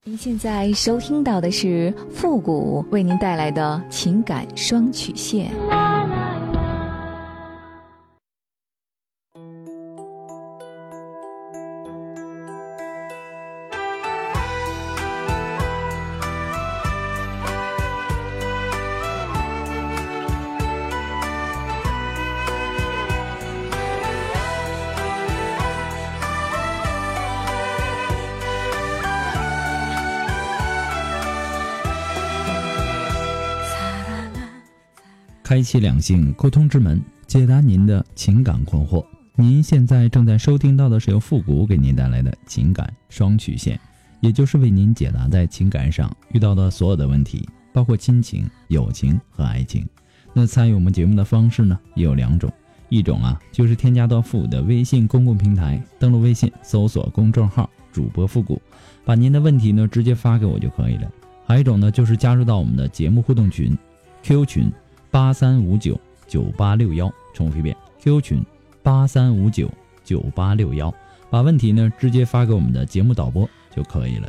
您现在收听到的是复古为您带来的情感双曲线。 开启两性沟通之门，解答您的情感困惑。您现在正在收听到的是由复古给您带来的情感双曲线，也就是为您解答在情感上遇到的所有的问题，包括亲情、友情和爱情。那参与我们节目的方式呢，也有两种，一种就是添加到复古的微信公共平台，登录微信搜索公众号主播复古，把您的问题呢直接发给我就可以了。还有一种呢，就是加入到我们的节目互动群 QQ 群83599861，重复一遍 QQ 群83599861，把问题呢直接发给我们的节目导播就可以了。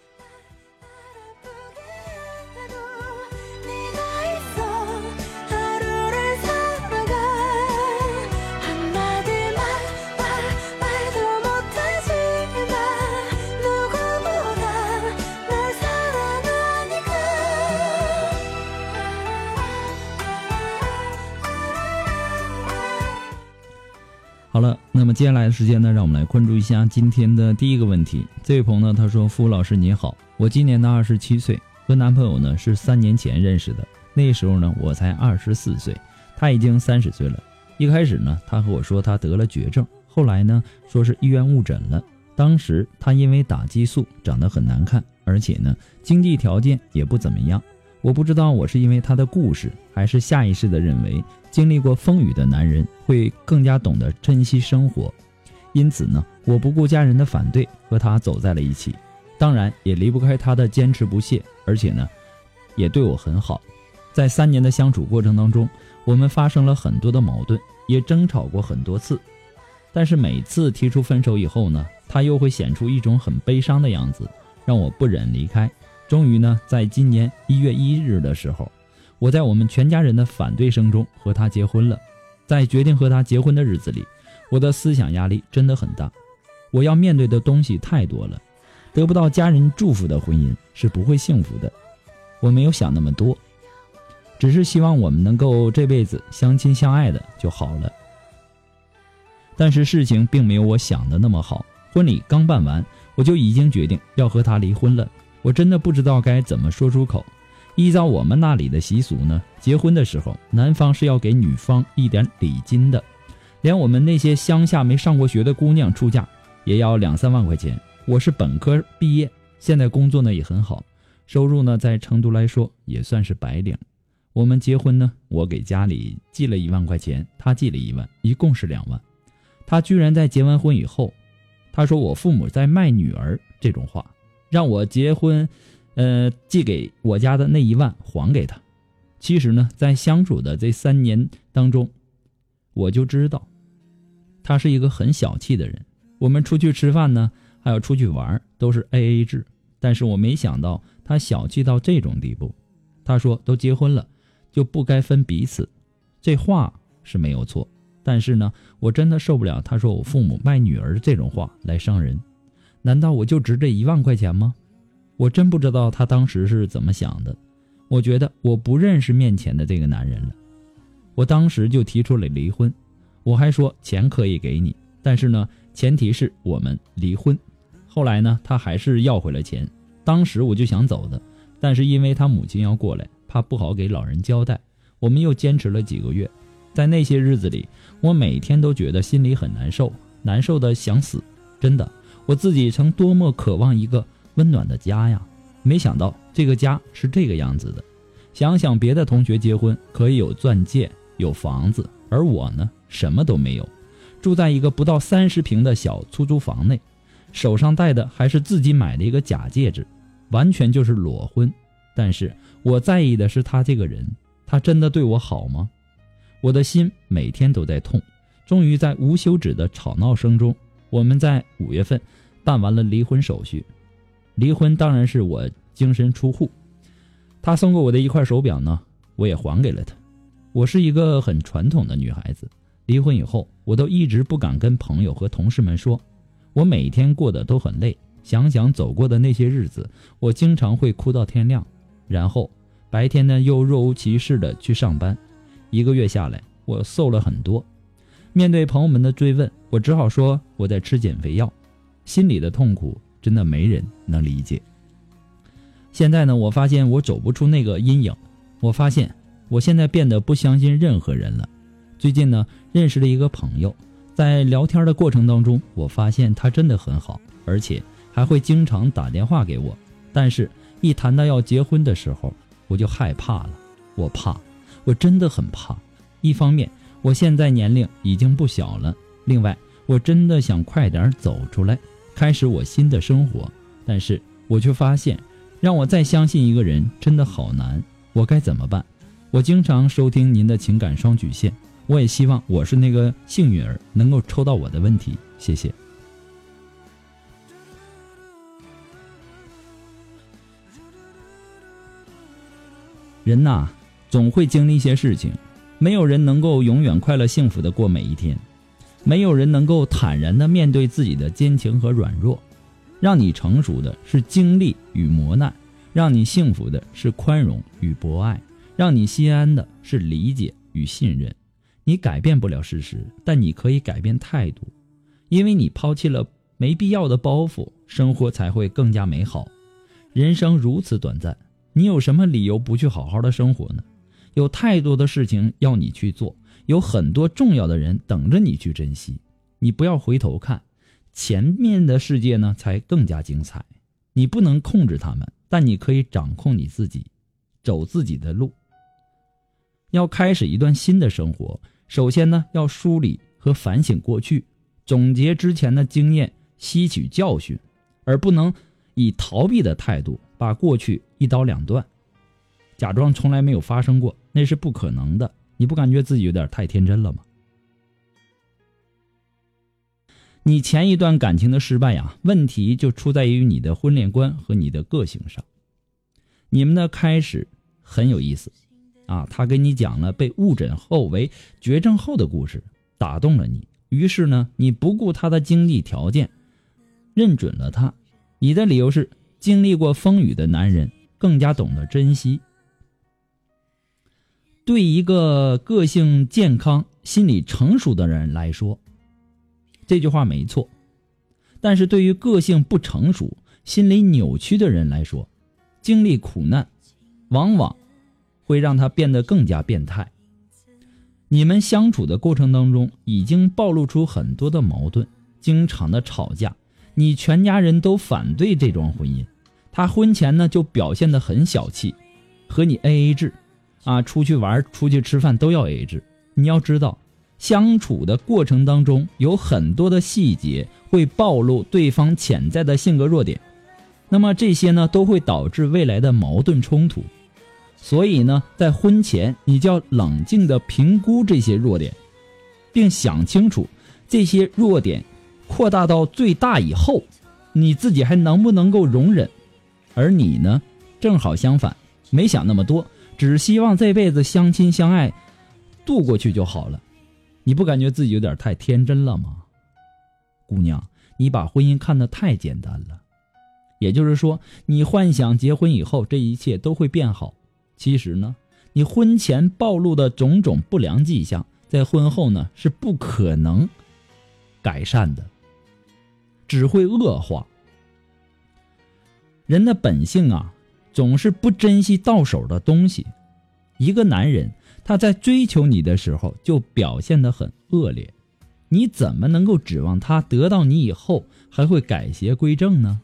好了，那么接下来的时间呢，让我们来关注一下今天的第一个问题。这位朋友呢，他说：付老师你好，我今年的27岁，和男朋友呢是3年前认识的，那时候呢我才24岁，他已经30岁了。一开始呢，他和我说他得了绝症，后来呢说是医院误诊了。当时他因为打激素长得很难看，而且呢经济条件也不怎么样。我不知道我是因为他的故事，还是下意识地认为经历过风雨的男人会更加懂得珍惜生活，因此呢，我不顾家人的反对和他走在了一起，当然也离不开他的坚持不懈，而且呢也对我很好。在3年的相处过程当中，我们发生了很多的矛盾，也争吵过很多次，但是每次提出分手以后呢，他又会显出一种很悲伤的样子，让我不忍离开。终于呢，在今年1月1日的时候，我在我们全家人的反对声中和他结婚了。在决定和他结婚的日子里，我的思想压力真的很大，我要面对的东西太多了，得不到家人祝福的婚姻是不会幸福的。我没有想那么多，只是希望我们能够这辈子相亲相爱的就好了。但是事情并没有我想的那么好，婚礼刚办完，我就已经决定要和他离婚了。我真的不知道该怎么说出口。依照我们那里的习俗呢，结婚的时候男方是要给女方一点礼金的，连我们那些乡下没上过学的姑娘出嫁也要2-3万块钱。我是本科毕业，现在工作呢也很好，收入呢在成都来说也算是白领。我们结婚呢，我给家里寄了1万块钱，他寄了1万，一共是2万。他居然在结完婚以后，他说我父母在卖女儿这种话，让我结婚寄给我家的那1万还给他。其实呢，在相处的这3年当中，我就知道他是一个很小气的人。我们出去吃饭呢，还有出去玩都是 AA 制，但是我没想到他小气到这种地步。他说都结婚了就不该分彼此，这话是没有错，但是呢，我真的受不了他说我父母卖女儿这种话来伤人。难道我就值这1万块钱吗？我真不知道他当时是怎么想的。我觉得我不认识面前的这个男人了，我当时就提出了离婚。我还说钱可以给你，但是呢，前提是我们离婚。后来呢，他还是要回了钱。当时我就想走的，但是因为他母亲要过来，怕不好给老人交代，我们又坚持了几个月。在那些日子里，我每天都觉得心里很难受，难受的想死。真的，我自己曾多么渴望一个温暖的家呀，没想到这个家是这个样子的。想想别的同学结婚可以有钻戒有房子，而我呢什么都没有，住在一个不到30平的小出租房内，手上戴的还是自己买的一个假戒指，完全就是裸婚。但是我在意的是他这个人，他真的对我好吗？我的心每天都在痛。终于在无休止的吵闹声中，我们在5月份办完了离婚手续。 离婚当然是我净身出户。他送给我的一块手表呢，我也还给了他。我是一个很传统的女孩子，离婚以后我都一直不敢跟朋友和同事们说，我每天过得都很累，想想走过的那些日子，我经常会哭到天亮，然后白天呢又若无其事的去上班。1个月下来，我瘦了很多。面对朋友们的追问，我只好说我在吃减肥药，心里的痛苦真的没人能理解。现在呢，我发现我走不出那个阴影，我发现我现在变得不相信任何人了。最近呢，认识了一个朋友，在聊天的过程当中，我发现他真的很好，而且还会经常打电话给我。但是一谈到要结婚的时候，我就害怕了。我怕，我真的很怕。一方面，我现在年龄已经不小了，另外我真的想快点走出来，开始我新的生活。但是我却发现，让我再相信一个人真的好难，我该怎么办？我经常收听您的情感双曲线，我也希望我是那个幸运儿，能够抽到我的问题，谢谢。人呐，总会经历一些事情，没有人能够永远快乐幸福的过每一天，没有人能够坦然的面对自己的坚强和软弱。让你成熟的是经历与磨难，让你幸福的是宽容与博爱，让你心安的是理解与信任。你改变不了事实，但你可以改变态度，因为你抛弃了没必要的包袱，生活才会更加美好。人生如此短暂，你有什么理由不去好好的生活呢？有太多的事情要你去做，有很多重要的人等着你去珍惜。你不要回头看，前面的世界呢才更加精彩。你不能控制他们，但你可以掌控你自己，走自己的路。要开始一段新的生活，首先呢要梳理和反省过去，总结之前的经验，吸取教训，而不能以逃避的态度把过去一刀两断，假装从来没有发生过，那是不可能的。你不感觉自己有点太天真了吗？你前一段感情的失败呀，问题就出在于你的婚恋观和你的个性上。你们的开始很有意思啊，他跟你讲了被误诊后为绝症后的故事，打动了你。于是呢，你不顾他的经济条件，认准了他。你的理由是，经历过风雨的男人更加懂得珍惜。对一个个性健康、心理成熟的人来说，这句话没错。但是对于个性不成熟、心理扭曲的人来说，经历苦难往往会让他变得更加变态。你们相处的过程当中已经暴露出很多的矛盾，经常的吵架，你全家人都反对这桩婚姻。他婚前呢就表现得很小气，和你 AA 制啊，出去玩出去吃饭都要 AA 制。你要知道，相处的过程当中有很多的细节会暴露对方潜在的性格弱点，那么这些呢都会导致未来的矛盾冲突。所以呢，在婚前你就要冷静地评估这些弱点，并想清楚这些弱点扩大到最大以后，你自己还能不能够容忍。而你呢，正好相反，没想那么多，只希望这辈子相亲相爱度过去就好了。你不感觉自己有点太天真了吗？姑娘，你把婚姻看得太简单了。也就是说，你幻想结婚以后这一切都会变好。其实呢，你婚前暴露的种种不良迹象，在婚后呢是不可能改善的，只会恶化。人的本性啊，总是不珍惜到手的东西。一个男人他在追求你的时候就表现得很恶劣，你怎么能够指望他得到你以后还会改邪归正呢？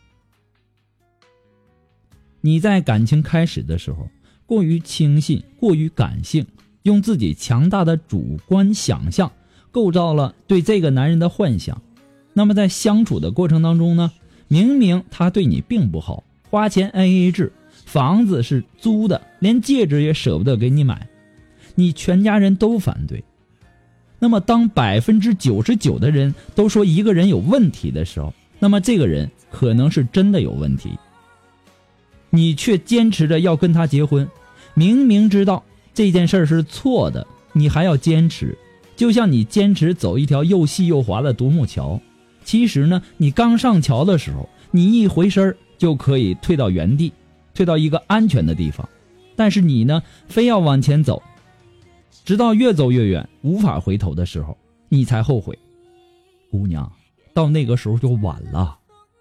你在感情开始的时候过于轻信，过于感性，用自己强大的主观想象构造了对这个男人的幻想。那么在相处的过程当中呢，明明他对你并不好，花钱 AA 制，房子是租的，连戒指也舍不得给你买，你全家人都反对。那么当 99% 的人都说一个人有问题的时候，那么这个人可能是真的有问题，你却坚持着要跟他结婚，明明知道这件事是错的，你还要坚持，就像你坚持走一条又细又滑的独木桥。其实呢，你刚上桥的时候，你一回身就可以退到原地，退到一个安全的地方，但是你呢，非要往前走，直到越走越远，无法回头的时候，你才后悔。姑娘，到那个时候就晚了。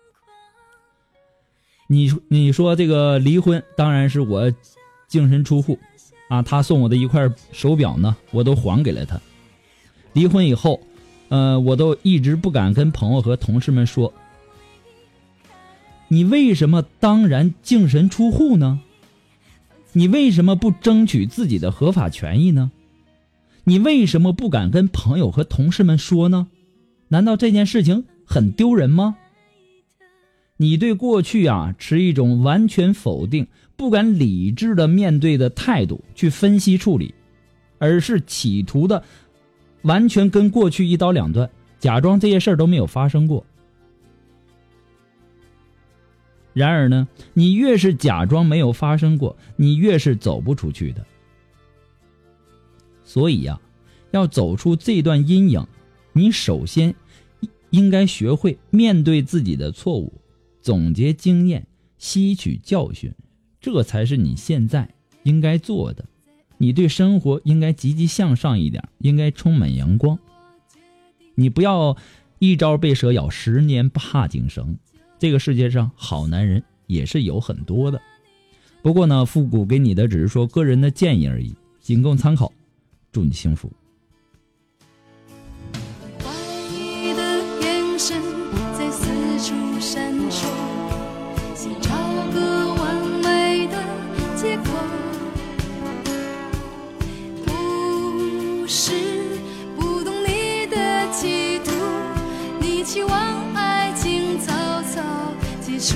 你说这个离婚，当然是我净身出户啊，他送我的一块手表呢，我都还给了他。离婚以后，我都一直不敢跟朋友和同事们说。你为什么当然净身出户呢？你为什么不争取自己的合法权益呢？你为什么不敢跟朋友和同事们说呢？难道这件事情很丢人吗？你对过去持一种完全否定，不敢理智的面对的态度去分析处理，而是企图的完全跟过去一刀两断，假装这些事儿都没有发生过。然而呢，你越是假装没有发生过，你越是走不出去的。所以要走出这段阴影，你首先应该学会面对自己的错误，总结经验，吸取教训，这才是你现在应该做的。你对生活应该积极向上一点，应该充满阳光。你不要一朝被蛇咬，10年怕井绳。这个世界上好男人也是有很多的，不过呢，复古给你的只是说个人的建议而已，仅供参考。祝你幸福。 怀疑的眼神在四处闪烁，想找个完美的结果，不是不懂你的企图，你期望爱情草草结束，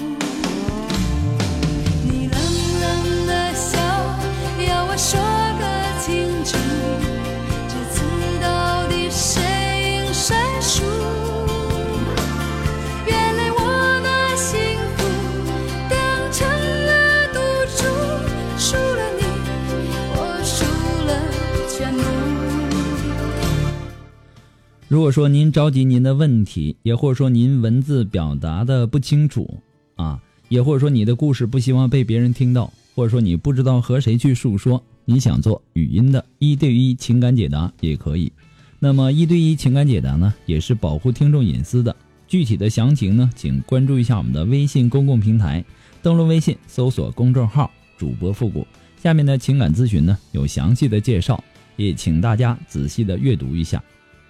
你冷冷的笑，要我说个清楚，这次到底谁赢谁输？原来我的幸福当成了赌注，输了你，我输了全部。 如果说您着急您的问题，也或者说您文字表达的不清楚也或者说你的故事不希望被别人听到，或者说你不知道和谁去诉说，你想做语音的1对1情感解答也可以。那么1对1情感解答呢，也是保护听众隐私的。具体的详情呢，请关注一下我们的微信公共平台，登录微信搜索公众号主播复古，下面的情感咨询呢有详细的介绍，也请大家仔细的阅读一下。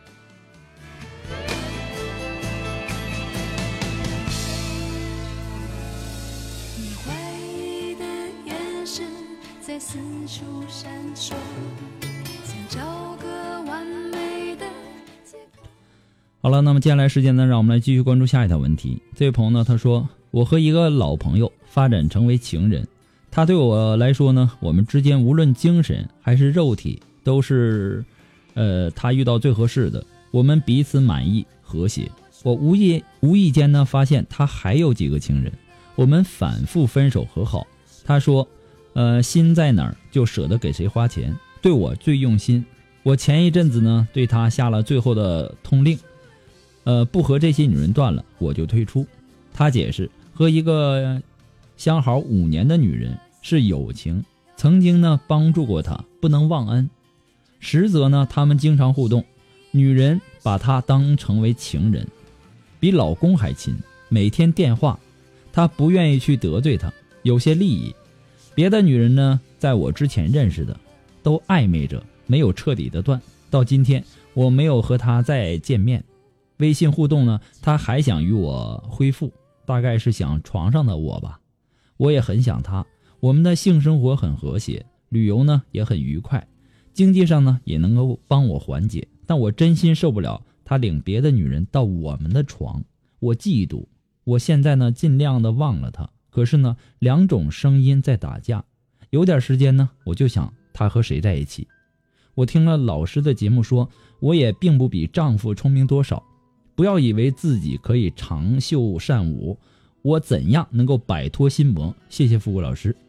在四处闪烁，想找个完美的结果。 好了，那么接下来时间呢，让我们来继续关注下一条问题。这位朋友呢，他说，我和一个老朋友发展成为情人，他对我来说呢，我们之间无论精神还是肉体都是他遇到最合适的，我们彼此满意和谐。我无意间呢发现他还有几个情人，我们反复分手和好。他说心在哪儿就舍得给谁花钱，对我最用心。我前一阵子呢对他下了最后的通令，不和这些女人断了，我就退出。他解释，和一个相好5年的女人是友情，曾经呢帮助过他，不能忘恩。实则呢他们经常互动，女人把他当成为情人，比老公还亲，每天电话。他不愿意去得罪他，有些利益。别的女人呢，在我之前认识的都暧昧着，没有彻底的断。到今天我没有和他再见面，微信互动呢，他还想与我恢复，大概是想床上的我吧。我也很想他，我们的性生活很和谐，旅游呢也很愉快，经济上呢也能够帮我缓解。但我真心受不了他领别的女人到我们的床，我嫉妒。我现在呢尽量的忘了他，可是呢2种声音在打架。有点时间呢，我就想他和谁在一起。我听了老师的节目说，我也并不比丈夫聪明多少，不不要以为自己可以长袖善舞，我怎样能够摆脱心魔？谢谢复古老师。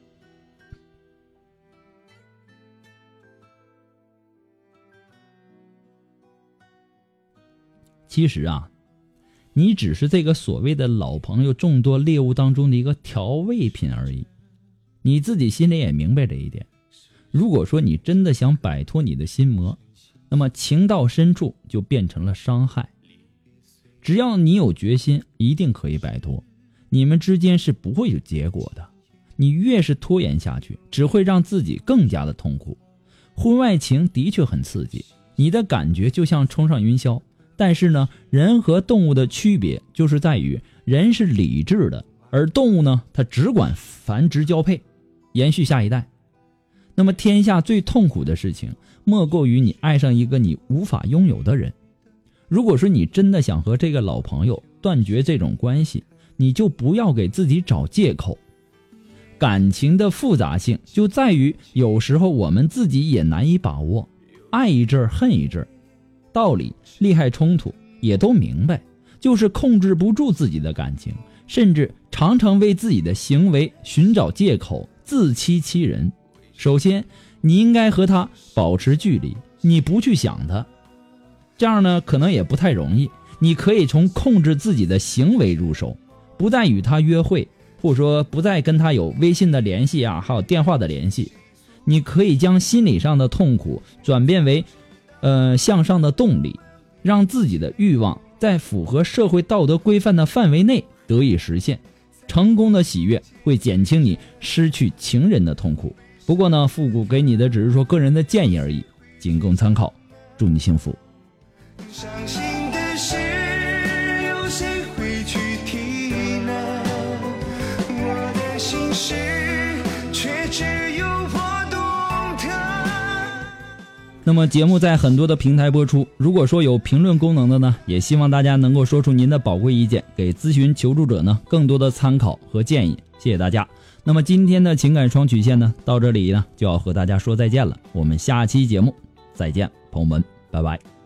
其实啊，你只是这个所谓的老朋友众多猎物当中的一个调味品而已，你自己心里也明白这一点。如果说你真的想摆脱你的心魔，那么情到深处就变成了伤害。只要你有决心，一定可以摆脱，你们之间是不会有结果的。你越是拖延下去，只会让自己更加的痛苦。婚外情的确很刺激，你的感觉就像冲上云霄，但是呢，人和动物的区别就是在于人是理智的，而动物呢，它只管繁殖交配，延续下一代。那么天下最痛苦的事情，莫过于你爱上一个你无法拥有的人。如果说你真的想和这个老朋友断绝这种关系，你就不要给自己找借口。感情的复杂性就在于有时候我们自己也难以把握，爱一阵恨一阵，道理利害冲突也都明白，就是控制不住自己的感情，甚至常常为自己的行为寻找借口，自欺欺人。首先你应该和他保持距离，你不去想他，这样呢可能也不太容易。你可以从控制自己的行为入手，不再与他约会，或者说不再跟他有微信的联系啊，还有电话的联系。你可以将心理上的痛苦转变为向上的动力，让自己的欲望在符合社会道德规范的范围内得以实现。成功的喜悦会减轻你失去情人的痛苦。不过呢，复古给你的只是说个人的建议而已，仅供参考。祝你幸福。 伤心的事有谁会去听呢？我的心事却只有我懂得。 那么节目在很多的平台播出，如果说有评论功能的呢，也希望大家能够说出您的宝贵意见，给咨询求助者呢更多的参考和建议。谢谢大家。那么今天的情感双曲线呢，到这里呢就要和大家说再见了。我们下期节目再见，朋友们，拜拜。